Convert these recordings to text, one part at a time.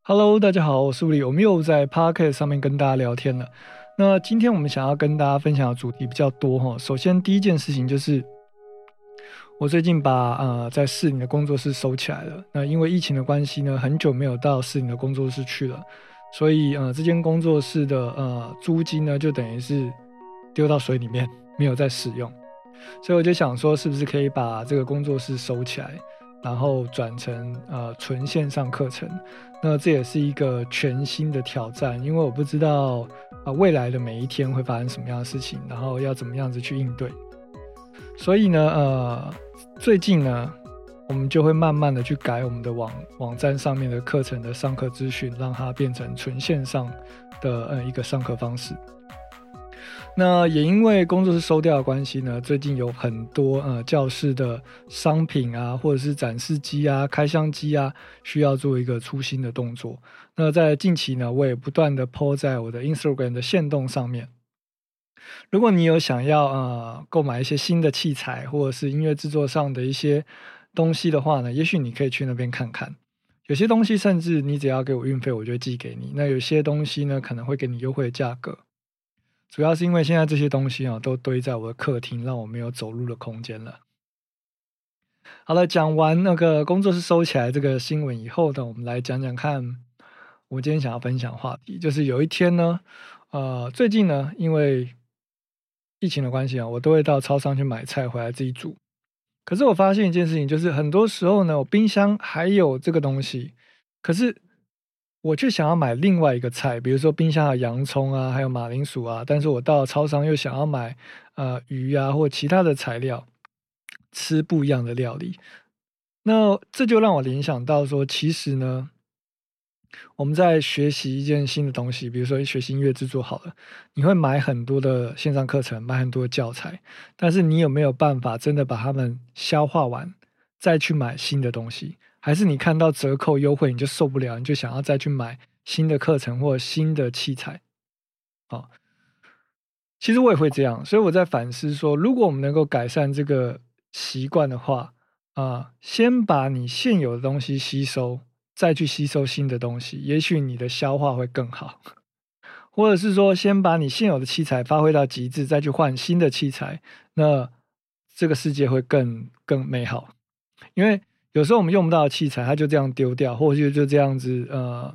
Hello，大家好，我是吴里，我们又在 Podcast 上面跟大家聊天了。那今天我们想要跟大家分享的主题比较多哈。首先第一件事情就是，我最近把在士林的工作室收起来了。那因为疫情的关系呢，很久没有到士林的工作室去了，所以这间工作室的租金呢，就等于是丢到水里面，没有再使用。所以我就想说，是不是可以把这个工作室收起来，然后转成纯线上课程？那这也是一个全新的挑战，因为我不知道未来的每一天会发生什么样的事情，然后要怎么样子去应对。所以呢，最近呢，我们就会慢慢的去改我们的网站上面的课程的上课资讯，让它变成纯线上的一个上课方式。那也因为工作室收掉的关系呢，最近有很多教室的商品啊，或者是展示机啊、开箱机啊，需要做一个出新的动作。那在近期呢，我也不断的 po 在我的 Instagram 的限动上面。如果你有想要购买一些新的器材，或者是音乐制作上的一些东西的话呢，也许你可以去那边看看。有些东西甚至你只要给我运费，我就会寄给你。那有些东西呢，可能会给你优惠的价格。主要是因为现在这些东西都堆在我的客厅，让我没有走路的空间了。好了，讲完那个工作室收起来这个新闻以后呢，我们来讲讲看，我今天想要分享的话题，就是有一天呢，最近呢，因为疫情的关系我都会到超商去买菜回来自己煮。可是我发现一件事情，就是很多时候呢，我冰箱还有这个东西，可是我却想要买另外一个菜，比如说冰箱有洋葱啊，还有马铃薯啊，但是我到超商又想要买鱼啊或其他的材料，吃不一样的料理。那这就让我联想到说，其实呢，我们在学习一件新的东西，比如说学习音乐制作好了，你会买很多的线上课程，买很多的教材，但是你有没有办法真的把它们消化完，再去买新的东西？还是你看到折扣优惠你就受不了，你就想要再去买新的课程或新的器材？哦，其实我也会这样，所以我在反思说，如果我们能够改善这个习惯的话，先把你现有的东西吸收，再去吸收新的东西，也许你的消化会更好。或者是说，先把你现有的器材发挥到极致，再去换新的器材，那这个世界会更美好。因为有时候我们用不到的器材，它就这样丢掉，或者就这样子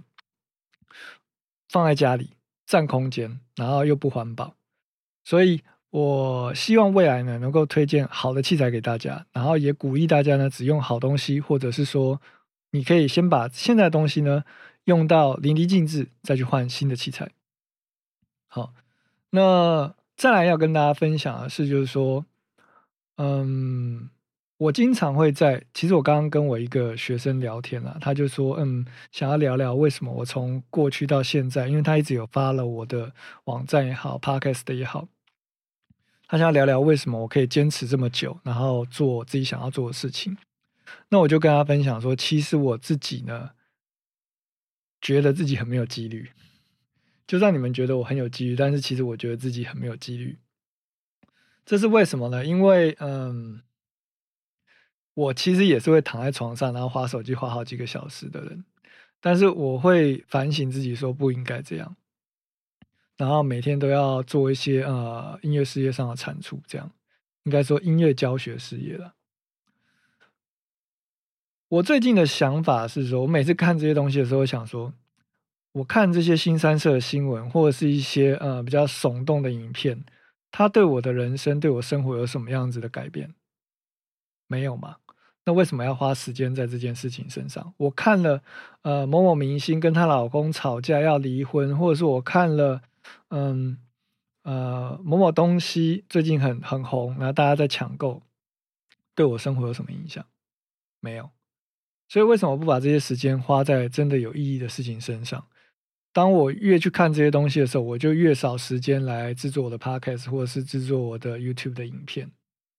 放在家里占空间，然后又不环保。所以我希望未来呢，能够推荐好的器材给大家，然后也鼓励大家呢，只用好东西，或者是说，你可以先把现在的东西呢用到淋漓尽致，再去换新的器材。好，那再来要跟大家分享的是，就是说，嗯，我经常会其实我刚刚跟我一个学生聊天啦，他就说，想要聊聊为什么我从过去到现在，因为他一直有发了我的网站也好，Podcast 也好，他想要聊聊为什么我可以坚持这么久，然后做自己想要做的事情。那我就跟他分享说，其实我自己呢，觉得自己很没有纪律。就算你们觉得我很有纪律，但是其实我觉得自己很没有纪律。这是为什么呢？因为我其实也是会躺在床上，然后滑手机滑好几个小时的人，但是我会反省自己说不应该这样，然后每天都要做一些音乐事业上的产出，这样应该说音乐教学事业了。我最近的想法是说，我每次看这些东西的时候，想说，我看这些新三社的新闻，或者是一些比较耸动的影片，它对我的人生、对我生活有什么样子的改变？没有嘛？那为什么要花时间在这件事情身上？我看了某某明星跟她老公吵架要离婚，或者是我看了嗯某某东西最近很红，然后大家在抢购，对我生活有什么影响？没有。所以为什么不把这些时间花在真的有意义的事情身上？当我越去看这些东西的时候，我就越少时间来制作我的 podcast 或者是制作我的 YouTube 的影片。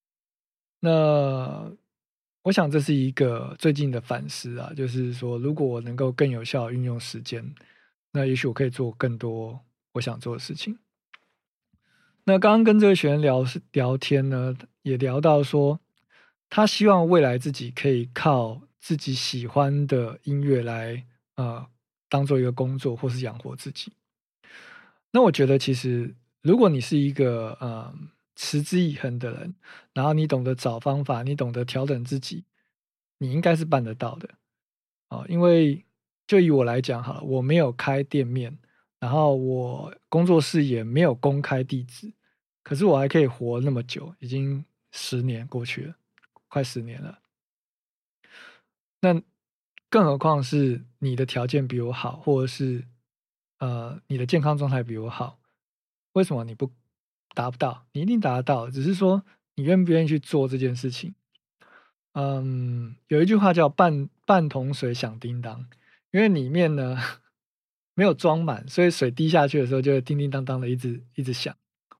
那我想这是一个最近的反思啊，就是说，如果我能够更有效地运用时间，那也许我可以做更多我想做的事情。那刚刚跟这位学员聊天呢，也聊到说，他希望未来自己可以靠自己喜欢的音乐来当做一个工作或是养活自己。那我觉得其实如果你是一个持之以恒的人，然后你懂得找方法，你懂得调整自己，你应该是办得到的。因为就以我来讲好了，我没有开店面，然后我工作室也没有公开地址，可是我还可以活那么久，已经10年过去了，快10年了。那更何况是你的条件比我好，或者是你的健康状态比我好，为什么你不达不到？你一定达得到，只是说你愿不愿意去做这件事情。有一句话叫半桶水响叮当，因为里面呢没有装满，所以水滴下去的时候就会叮叮当当的一直响。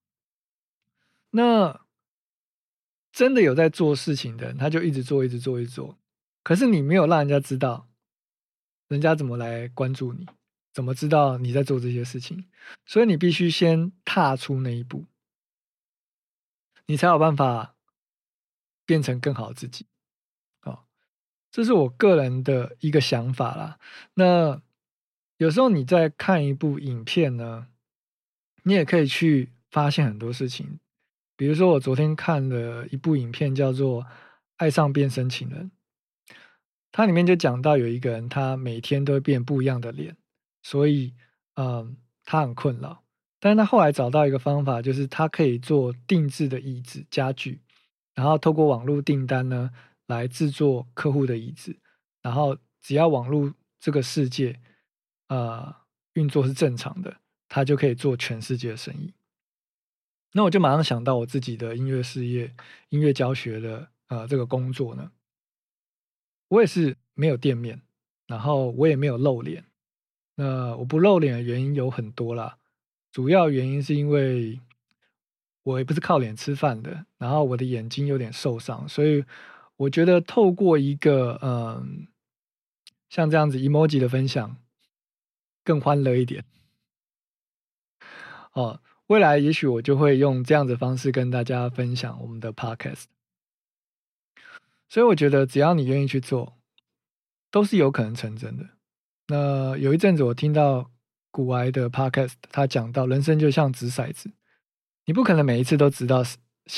那真的有在做事情的人，他就一直做，一直做，一直做。可是你没有让人家知道，人家怎么来关注你？怎么知道你在做这些事情？所以你必须先踏出那一步，你才有办法变成更好的自己。哦，这是我个人的一个想法啦。那有时候你在看一部影片呢，你也可以去发现很多事情。比如说，我昨天看了一部影片，叫做《爱上变身情人》。它里面就讲到有一个人，他每天都会变不一样的脸，所以，他很困扰。但是他后来找到一个方法，就是他可以做定制的椅子家具，然后透过网络订单呢，来制作客户的椅子，然后只要网络这个世界，运作是正常的，他就可以做全世界的生意。那我就马上想到我自己的音乐事业、音乐教学的这个工作呢。我也是没有店面，然后我也没有露脸。那我不露脸的原因有很多啦，主要原因是因为我也不是靠脸吃饭的，然后我的眼睛有点受伤，所以我觉得透过一个像这样子 emoji 的分享更欢乐一点哦。未来也许我就会用这样的方式跟大家分享我们的 podcast。所以我觉得只要你愿意去做，都是有可能成真的。那有一阵子我听到古癌的 podcast，他讲到人生就像掷骰子，你不可能每一次都掷到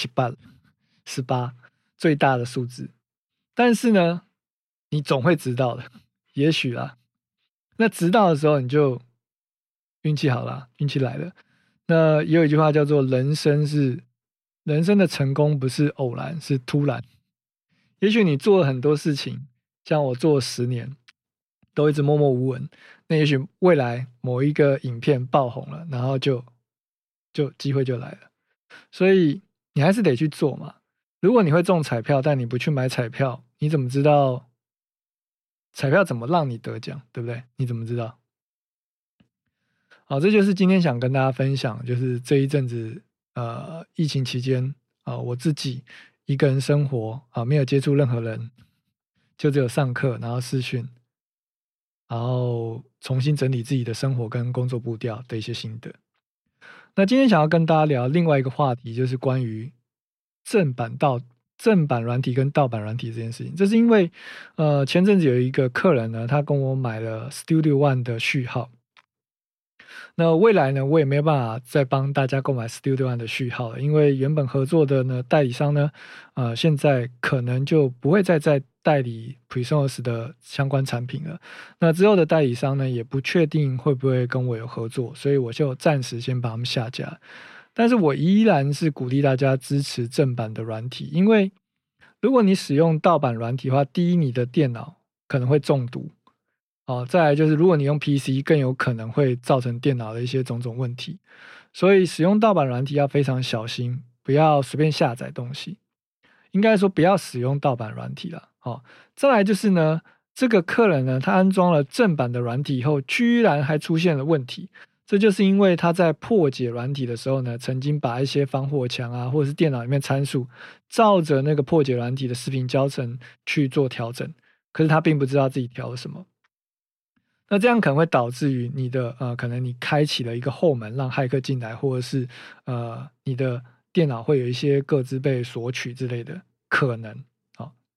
18最大的数字，但是呢，你总会掷到的，也许啦。那掷到的时候你就运气好啦，运气来了。那也有一句话叫做人生的成功不是偶然，是突然。也许你做了很多事情，像我做了10年，都一直默默无闻。那也许未来某一个影片爆红了，然后就机会就来了。所以你还是得去做嘛。如果你会中彩票，但你不去买彩票，你怎么知道彩票怎么让你得奖，对不对？你怎么知道？好，这就是今天想跟大家分享，就是这一阵子疫情期间我自己一个人生活没有接触任何人，就只有上课，然后视讯，然后重新整理自己的生活跟工作步调的一些心得。那今天想要跟大家聊另外一个话题，就是关于正版软体跟盗版软体这件事情。这是因为前阵子有一个客人呢，他跟我买了 Studio One 的序号。那未来呢，我也没有办法再帮大家购买 Studio One 的序号了，因为原本合作的呢代理商呢，现在可能就不会再代理 PreSonus 的相关产品了。那之后的代理商呢，也不确定会不会跟我有合作，所以我就暂时先把他们下架。但是我依然是鼓励大家支持正版的软体，因为如果你使用盗版软体的话，第一，你的电脑可能会中毒。再来就是如果你用 PC 更有可能会造成电脑的一些种种问题，所以使用盗版软体要非常小心，不要随便下载东西，应该说不要使用盗版软体啦。再来就是呢，这个客人呢，他安装了正版的软体以后，居然还出现了问题，这就是因为他在破解软体的时候呢，曾经把一些防火墙或者是电脑里面参数，照着那个破解软体的视频教程去做调整，可是他并不知道自己调了什么。那这样可能会导致于你的可能你开启了一个后门让骇客进来，或者是你的电脑会有一些个资被索取之类的可能。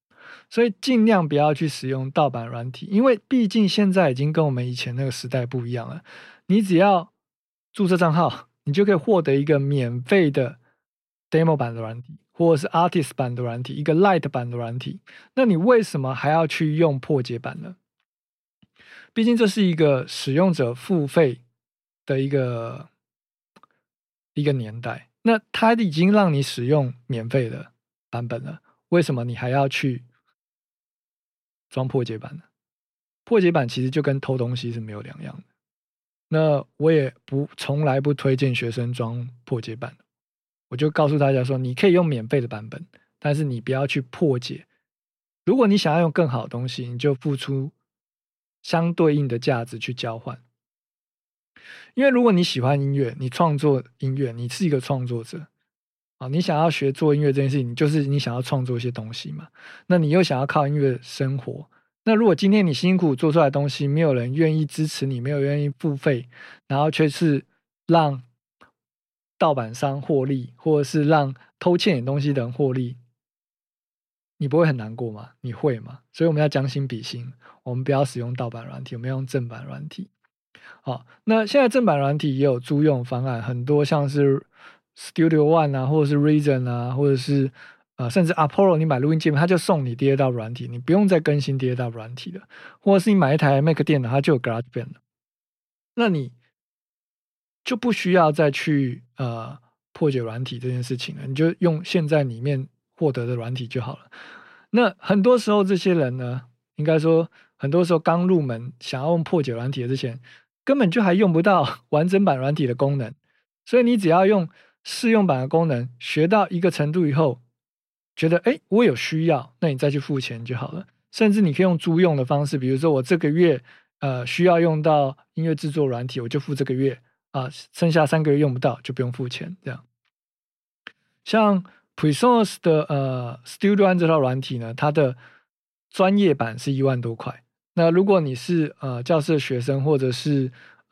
所以尽量不要去使用盗版软体，因为毕竟现在已经跟我们以前那个时代不一样了。你只要注册账号，你就可以获得一个免费的 demo 版的软体，或者是 artist 版的软体，一个 light 版的软体。那你为什么还要去用破解版呢？毕竟这是一个使用者付费的一个年代，那它已经让你使用免费的版本了，为什么你还要去装破解版呢？破解版其实就跟偷东西是没有两样的。那我也从来不推荐学生装破解版，我就告诉大家说，你可以用免费的版本，但是你不要去破解。如果你想要用更好的东西，你就付出相对应的价值去交换。因为如果你喜欢音乐，你创作音乐，你是一个创作者啊，你想要学做音乐这件事情，就是你想要创作一些东西嘛。那你又想要靠音乐生活，那如果今天你辛苦做出来的东西，没有人愿意支持你，没有人愿意付费，然后却是让盗版商获利，或者是让偷窃你东西的人获利，你不会很难过吗？你会吗？所以我们要将心比心，我们不要使用盗版软体，我们要用正版软体。好，那现在正版软体也有租用方案，很多像是 Studio One 啊，或者是 Reason 啊，或者是甚至 Apollo， 你买录音界面，它就送你第二道软体，你不用再更新第二道软体了。或者是你买一台 Mac 电脑，它就有 GarageBand 了，那你就不需要再去破解软体这件事情了，你就用现在里面获得的软体就好了。那很多时候这些人呢，应该说很多时候刚入门想要用破解软体的之前，根本就还用不到完整版软体的功能，所以你只要用试用版的功能学到一个程度以后，觉得我有需要，那你再去付钱就好了。甚至你可以用租用的方式，比如说我这个月需要用到音乐制作软体，我就付这个月剩下3个月用不到就不用付钱，这样。像 Presonus 的Studio One 这套软体呢，它的专业版是1万多块。那如果你是教室的学生，或者是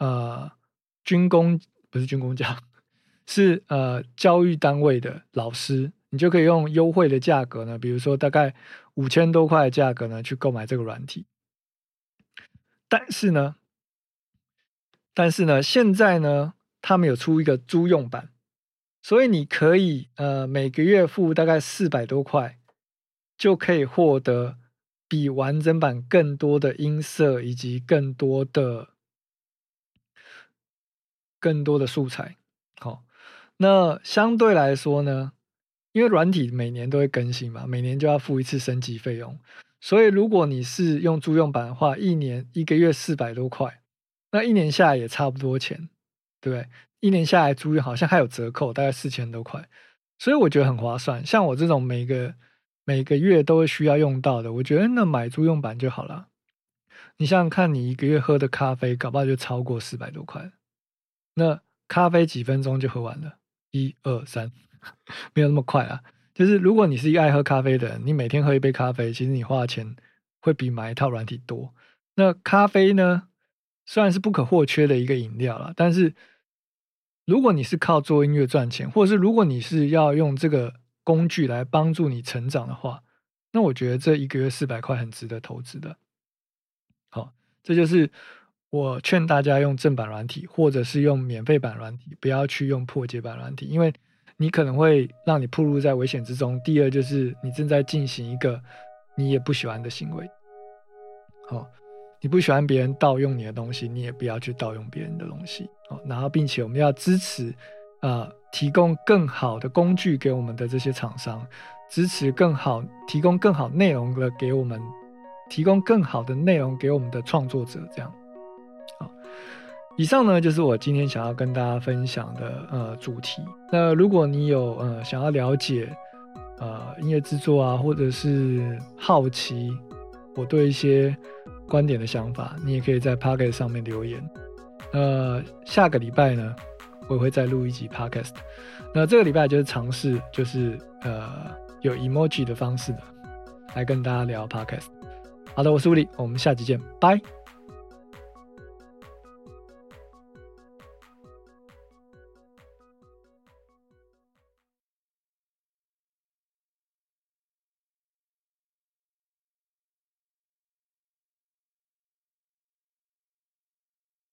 不是军公教，是教育单位的老师，你就可以用优惠的价格呢，比如说大概5000多块的价格呢，去购买这个软体。但是呢，现在呢，他们有出一个租用版，所以你可以每个月付大概400多块，就可以获得比完整版更多的音色以及更多的素材。好，那相对来说呢，因为软体每年都会更新嘛，每年就要付一次升级费用，所以如果你是用租用版的话，一个月400多块，那1年下来也差不多钱，对不对？1年下来租用好像还有折扣，大概4000多块，所以我觉得很划算。像我这种每个月都会需要用到的，我觉得那买租用版就好了。你想想看，你一个月喝的咖啡搞不好就超过400多块，那咖啡几分钟就喝完了，1、2、3，没有那么快啊。就是如果你是一个爱喝咖啡的人，你每天喝一杯咖啡，其实你花的钱会比买一套软体多。那咖啡呢，虽然是不可或缺的一个饮料啦，但是如果你是靠做音乐赚钱，或者是如果你是要用这个工具来帮助你成长的话，那我觉得这一个月400块很值得投资的。好，这就是我劝大家用正版软体，或者是用免费版软体，不要去用破解版软体，因为你可能会让你暴露在危险之中。第二就是你正在进行一个你也不喜欢的行为。好，你不喜欢别人盗用你的东西，你也不要去盗用别人的东西。好，然后并且我们要支持提供更好的工具给我们的这些厂商，支持提供更好内容的给我们，提供更好的内容给我们的创作者，这样。好，以上呢就是我今天想要跟大家分享的主题。那如果你有想要了解音乐制作啊，或者是好奇我对一些观点的想法，你也可以在 Podcast 上面留言。下个礼拜呢，我也会再录一集 Podcast。那这个礼拜就是尝试，就是有 emoji 的方式的来跟大家聊 Podcast。好的，我是Willy，我们下集见，拜。